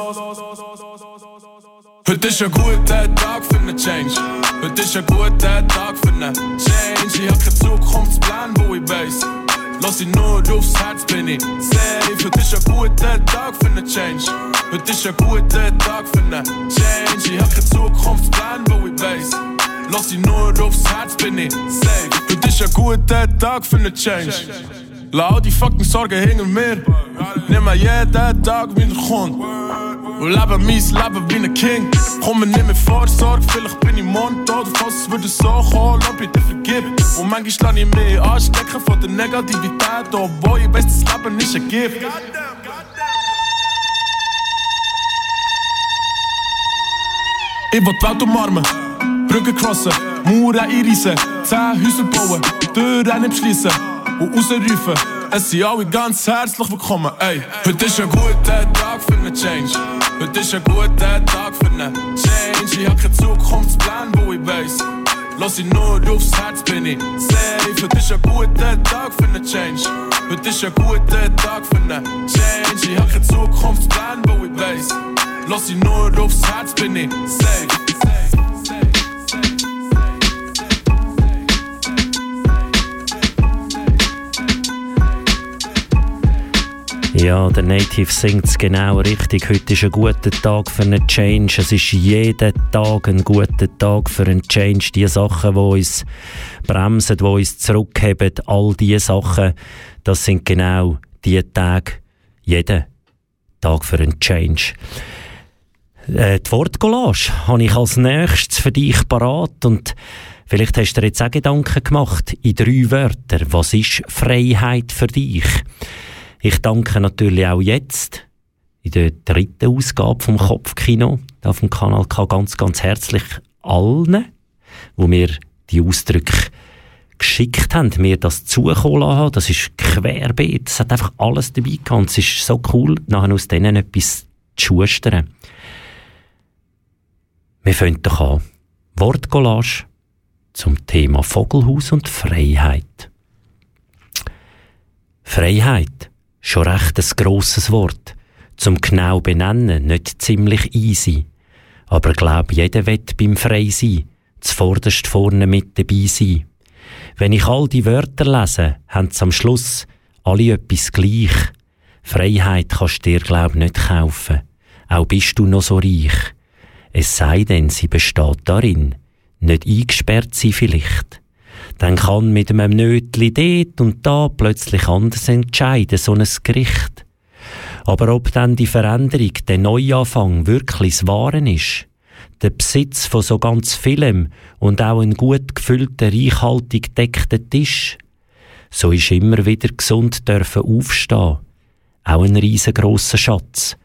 Heute ist ein guter Tag für einen Change. Heute ist ein guter Tag für einen Change. Ich hab keinen Zukunftsplan, wo ich weiss. Lass ich nur aufs Herz, bin ich safe. Heute ist ein guter Tag für einen Change. Heute ist ein guter Tag für einen Change. Ich hab keinen Zukunftsplan, wo ich weiss. Lass ich nur aufs Herz, bin ich safe. Heute ist ein guter Tag für einen Change. Lass all die fucking Sorgen hinter mir. Nimm mir jeden Tag wie er kommt. Und lebe mein Leben wie ein King. Komm mir nicht mit Vorsorge, vielleicht bin ich morgen tot. Falls es würde so kommen, lass bitte vergib. Und manchmal lass ich mich anstecken von der Negativität. Obwohl ich weiss, das Leben ist ein Gift. Ich will die Welt umarmen, Brücken crossen, Mauern einreissen, 10 Häuser bauen, Türen abschliessen und rausrufen. Es sind alle ganz herzlich willkommen, ey. Heute ist ein guter Tag für einen Change. Heute ist ein guter Tag für einen Change. Ich hab keinen Zukunftsplan, wo ich weiss. Lass ich nur aufs Herz, bin ich safe. Heute ist ein guter Tag für einen Change. Heute ist ein guter Tag für einen Change. Ich hab keinen Zukunftsplan, wo ich weiss. Lass ich nur aufs Herz, bin ich safe. Ja, der Native singt es genau richtig. Heute ist ein guter Tag für einen Change. Es ist jeden Tag ein guter Tag für einen Change. Die Sachen, die uns bremsen, die uns zurückheben, all diese Sachen, das sind genau die Tage, jeden Tag für einen Change. Die Wortcollage habe ich als nächstes für dich parat und vielleicht hast du dir jetzt auch Gedanken gemacht in 3 Wörtern. Was ist Freiheit für dich? Ich danke natürlich auch jetzt in der 3. Ausgabe vom Kopfkino auf dem Kanal K ganz, ganz herzlich allen, die mir die Ausdrücke geschickt haben, mir das zukommen lassen haben. Das ist querbeet, es hat einfach alles dabei gehabt. Es ist so cool, nachher aus denen etwas zu schustern. Wir fangen doch an. Wortcollage zum Thema Vogelhaus und Freiheit. Freiheit. Schon recht ein grosses Wort. Zum genau benennen nicht ziemlich easy. Aber glaub, jeder wett beim Frei-Sein, zuvorderst vorne mit dabei sein. Wenn ich all die Wörter lese, haben's am Schluss alle etwas gleich. Freiheit kannst dir, glaub, nicht kaufen. Auch bist du noch so reich. Es sei denn, sie besteht darin, nicht eingesperrt sein vielleicht. Dann kann mit einem Nötli dort und da plötzlich anders entscheiden, so ein Gericht. Aber ob dann die Veränderung, der Neuanfang wirklich das Wahre ist, der Besitz von so ganz vielem und auch ein gut gefüllter, reichhaltig gedeckter Tisch, so ist immer wieder gesund dürfen aufstehen, auch ein riesengroßer Schatz,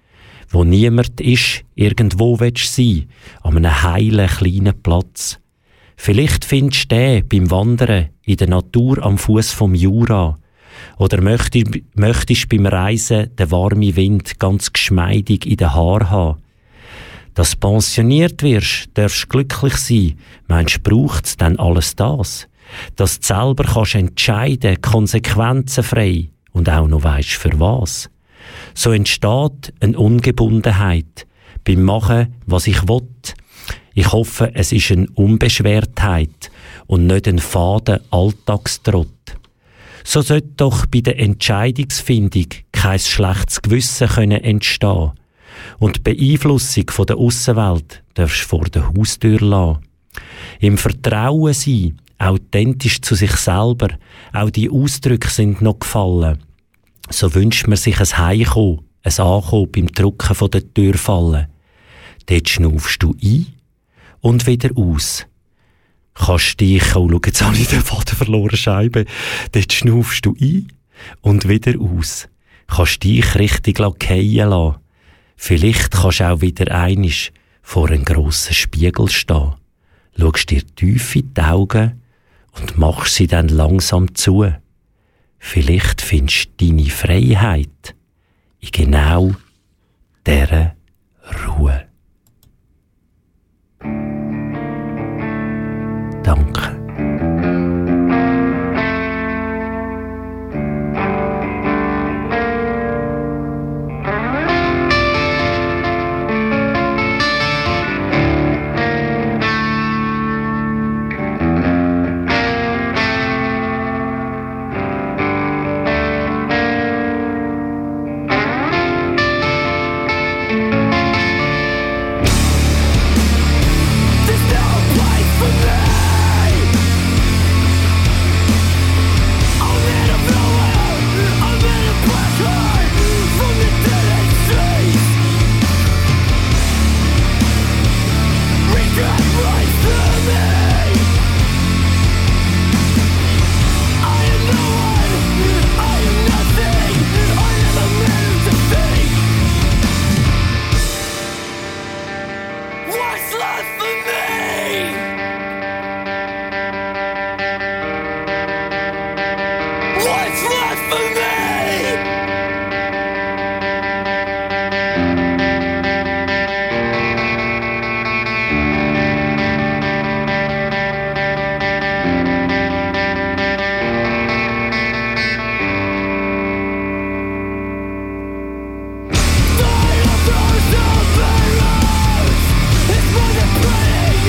wo niemand ist, irgendwo willst du sein, an einem heilen kleinen Platz. Vielleicht findest du den beim Wandern in der Natur am Fuß vom Jura. Oder möchtest beim Reisen den warmen Wind ganz geschmeidig in den Haaren haben. Dass du pensioniert wirst, darfst du glücklich sein. Meinst du, braucht es denn alles das? Dass du selber kannst entscheiden, konsequenzenfrei und auch noch weisst für was. So entsteht eine Ungebundenheit beim Machen, was ich will. Ich hoffe, es ist eine Unbeschwertheit und nicht ein faden Alltagstrott. So sollte doch bei der Entscheidungsfindung kein schlechtes Gewissen entstehen. Und die Beeinflussung von der Aussenwelt darfst du vor der Haustür lassen. Im Vertrauen sein, authentisch zu sich selber, auch die Ausdrücke sind noch gefallen. So wünscht man sich ein Heimkommen, ein Ankommen beim Drücken von der Tür fallen. Dort schnaufst du ein und wieder aus. Kannst dich, schau, jetzt habe ich den Faden verloren, Scheibe. Dort schnaufst du ein und wieder aus. Kannst dich richtig fallen lassen. Vielleicht kannst du auch wieder einisch vor einem grossen Spiegel stehen. Schaust dir tief in die Augen und machst sie dann langsam zu. Vielleicht findest du deine Freiheit in genau dieser Ruhe. Danke. It's more than playing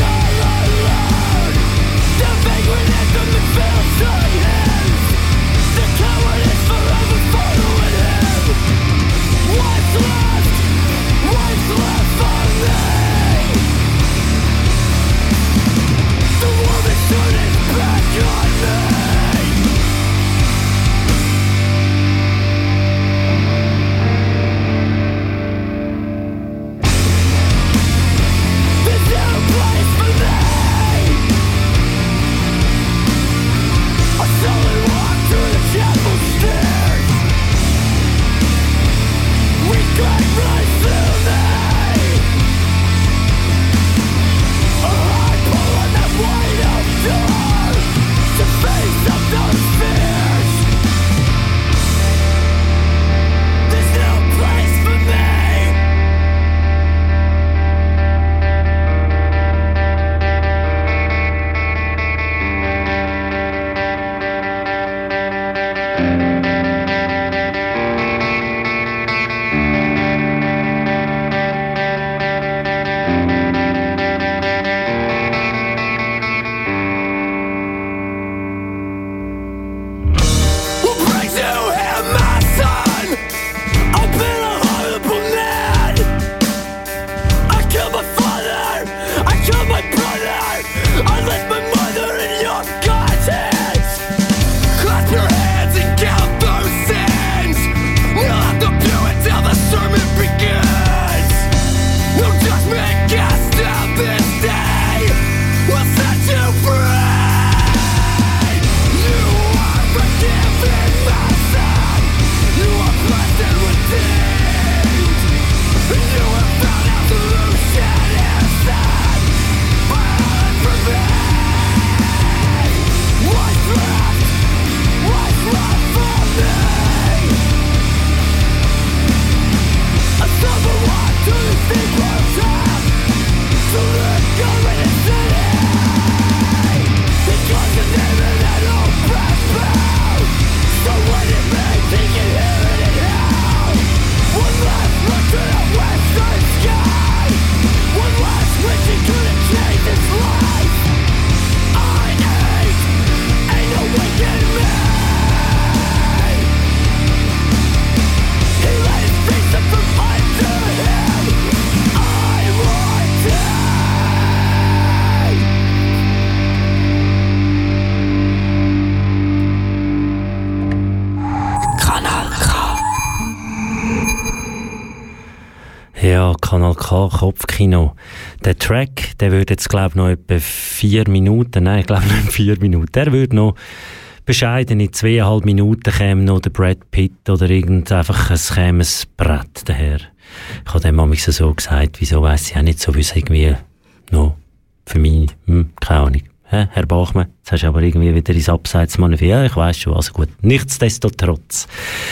Kanal K, Kopfkino. Der Track, der würde jetzt, glaube ich, noch etwa 4 Minuten, nein, ich glaube nicht 4 Minuten, der würde noch bescheiden, in 2,5 Minuten käme noch der Brad Pitt oder einfach ein Brett daher. Ich habe dem manchmal so gesagt, wieso weiss ich auch nicht so, wie es irgendwie noch für mich, keine Ahnung. Herr Bachmann, jetzt hast du aber irgendwie wieder ins Abseits manövriert. Ja, ich weiss schon, also gut. Nichtsdestotrotz.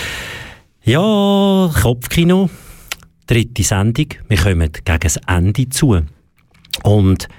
Ja, Kopfkino, 3. Sendung. Wir kommen gegen das Ende zu. Und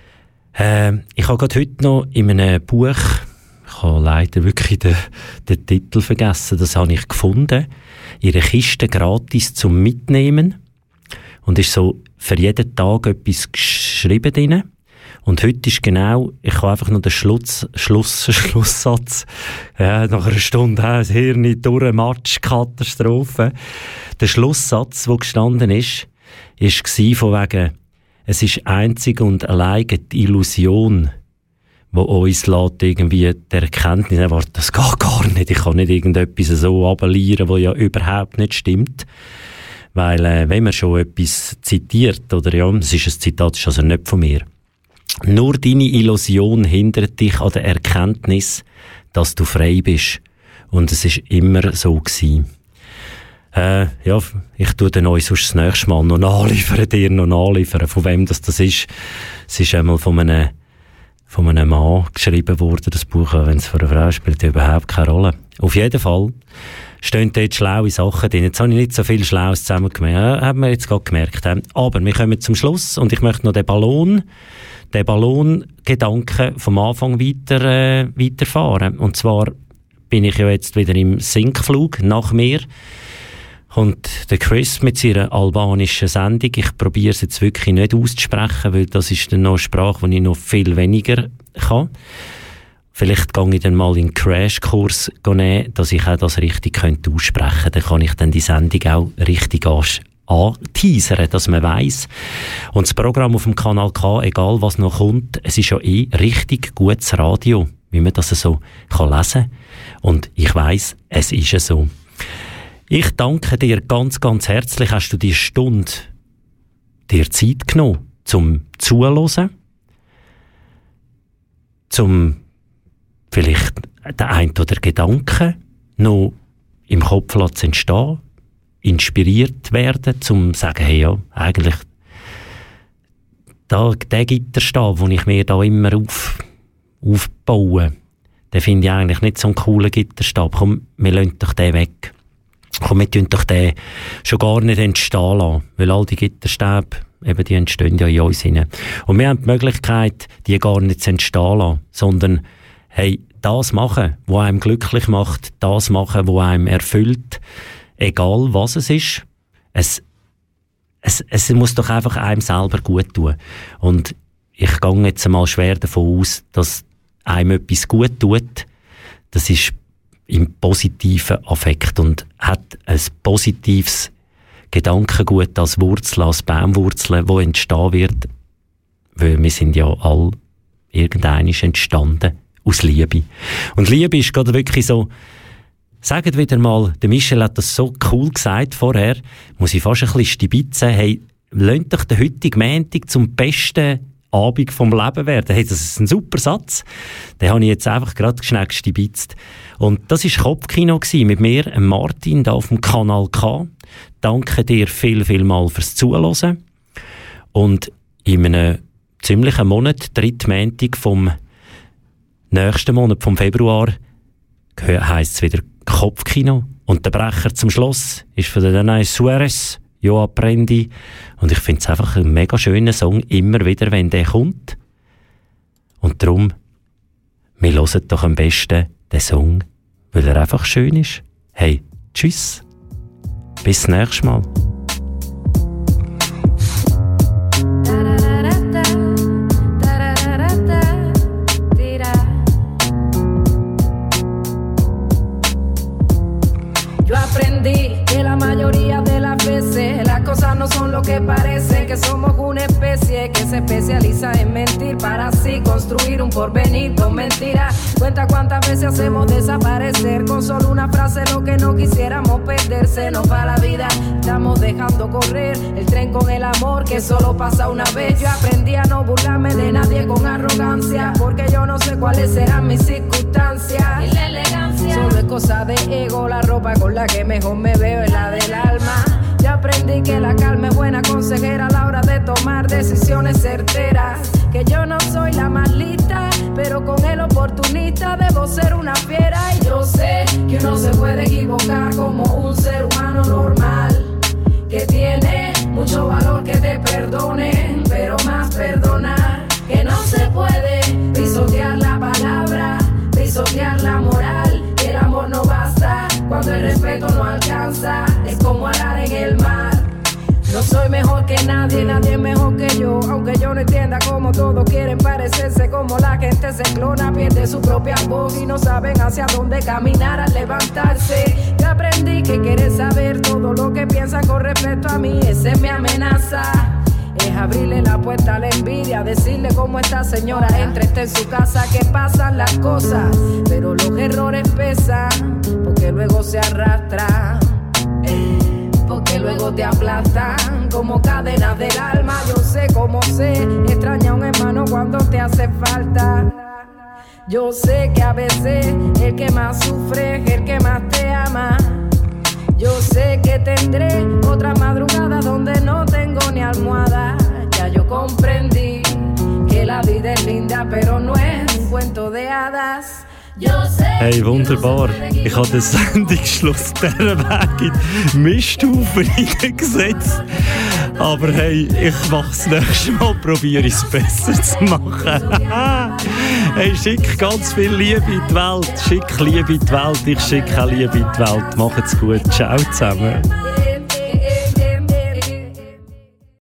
ich habe gerade heute noch in einem Buch, ich habe leider wirklich den Titel vergessen, das habe ich gefunden, ihre Kiste gratis zum Mitnehmen. Und ist so für jeden Tag etwas geschrieben drin. Und heute ist genau, ich habe einfach noch den Schlusssatz, ja, nach einer Stunde, das Hirn durch, Matsch, Katastrophe. Der Schlusssatz, der gestanden ist, war von wegen, es ist einzig und allein die Illusion, die uns lässt, irgendwie die Erkenntnis, das geht gar nicht, ich kann nicht irgendetwas so abelieren, was ja überhaupt nicht stimmt. Weil, wenn man schon etwas zitiert, oder ja, es ist ein Zitat, das ist also nicht von mir, nur deine Illusion hindert dich an der Erkenntnis, dass du frei bist. Und es ist immer so gewesen. Ja, ich tue dann euch sonst das nächste Mal noch nachliefern, von wem das ist. Es ist einmal von einem Mann geschrieben worden, das Buch, wenn es von einer Frau spielt, überhaupt keine Rolle. Auf jeden Fall stehen dort schlaue Sachen drin. Jetzt habe ich nicht so viel Schlaues zusammengemerkt, haben wir jetzt gerade gemerkt. Aber wir kommen zum Schluss und ich möchte noch den Ballongedanken vom Anfang weiterfahren. Und zwar bin ich ja jetzt wieder im Sinkflug nach mir. Und der Chris mit seiner albanischen Sendung, ich probiere es jetzt wirklich nicht auszusprechen, weil das ist dann noch eine Sprache, die ich noch viel weniger kann. Vielleicht gehe ich dann mal in einen Crashkurs nehmen, dass ich auch das richtig aussprechen könnte. Dann kann ich dann die Sendung auch richtig anteasern, dass man weiss. Und das Programm auf dem Kanal K, egal was noch kommt, es ist ja richtig gutes Radio, wie man das so lesen kann. Und ich weiss, es ist so. Ich danke dir ganz, ganz herzlich. Hast du die Stunde dir Zeit genommen, zum Zuhören, zum vielleicht den ein oder Gedanken noch im Kopf zu entstehen, inspiriert werden, zum sagen, hey, ja, eigentlich der Gitterstab, den ich mir da immer aufbaue, den finde ich eigentlich nicht so einen coolen Gitterstab. Komm, wir lassen doch den weg. Komm, wir tun doch den schon gar nicht entstehen lassen, weil all die Gitterstäbe, eben, die entstehen ja in uns hinein. Und wir haben die Möglichkeit, die gar nicht zu entstehen lassen, sondern, hey, das machen, was einem glücklich macht, das machen, was einem erfüllt, egal was es ist. Es muss doch einfach einem selber gut tun. Und ich gehe jetzt einmal schwer davon aus, dass einem etwas gut tut. Das ist im positiven Affekt und hat ein positives Gedankengut als Wurzel, als Baumwurzel, wo entstehen wird, weil wir sind ja all irgendeinisch entstanden aus Liebe. Und Liebe ist gerade wirklich so, sagt wieder mal, der Michel hat das so cool gesagt vorher, muss ich fast ein bisschen stibitzen, hey, lasst doch den heutigen Montag zum besten Abend vom Leben werden. Hey, das ist ein super Satz. Den habe ich jetzt einfach gerade schnell gestibitzt. Und das war Kopfkino mit mir, Martin, da auf dem Kanal K. Danke dir viel mal fürs Zuhören. Und in einem ziemlichen Monat, 3. Montag vom nächsten Monat, vom Februar, heisst es wieder Kopfkino. Und der Brecher zum Schluss ist von der Danai Suarez, Yo Aprendi. Und ich finde es einfach ein mega schöner Song, immer wieder, wenn der kommt. Und darum, wir hören doch am besten den Song, weil er einfach schön ist. Hey, tschüss. Bis nächstes Mal. Yo aprendí que la mayoría de las veces las cosas no son lo que parece, que somos una especie que se especializa en mentir para así construir un porvenir con mentiras. Cuenta cuántas veces hacemos desaparecer con solo una frase lo que no quisiéramos perder. Se nos va la vida, estamos dejando correr el tren con el amor que solo pasa una vez. Yo aprendí a no burlarme de nadie con arrogancia, porque yo no sé cuáles serán mis circunstancias. Y la elegancia solo es cosa de ego, la ropa con la que mejor me veo es la del alma. Yo aprendí que la calma es buena consejera a la hora de tomar decisiones certeras. Que yo no soy la más lista, pero con el oportunista debo ser una fiera. Y yo sé que uno se puede equivocar como un ser humano normal, que tiene mucho valor que te perdonen, pero más perdonar que no se puede. Pisotear la palabra, pisotear la moral, el amor no basta cuando el respeto no alcanza. Es como arar en el mar. No soy mejor que nadie, nadie es mejor que yo. Aunque yo no entienda cómo todos quieren parecerse, como la gente se clona, pierde su propia voz y no saben hacia dónde caminar al levantarse. Yo aprendí que querer saber todo lo que piensan con respecto a mí, esa es mi amenaza. Es abrirle la puerta a la envidia, decirle cómo esta señora entra, está en su casa, que pasan las cosas, pero los errores pesan, porque luego se arrastran, porque luego te aplastan como cadenas del alma. Yo sé cómo se extraña a un hermano cuando te hace falta. Yo sé que a veces el que más sufre es el que más te ama. Yo sé que tendré otra madrugada donde no tengo ni almohada. Ya yo comprendí que la vida es linda, pero no es un cuento de hadas. Hey, wunderbar. Ich habe den Sendungsschluss dieser Weg in die Misthaufen hineingesetzt. Aber hey, ich mache es nächstes Mal, probiere es besser zu machen. Hey, schick ganz viel Liebe in die Welt. Schick Liebe in die Welt, ich schicke auch Liebe in die Welt. Macht's gut. Ciao zusammen.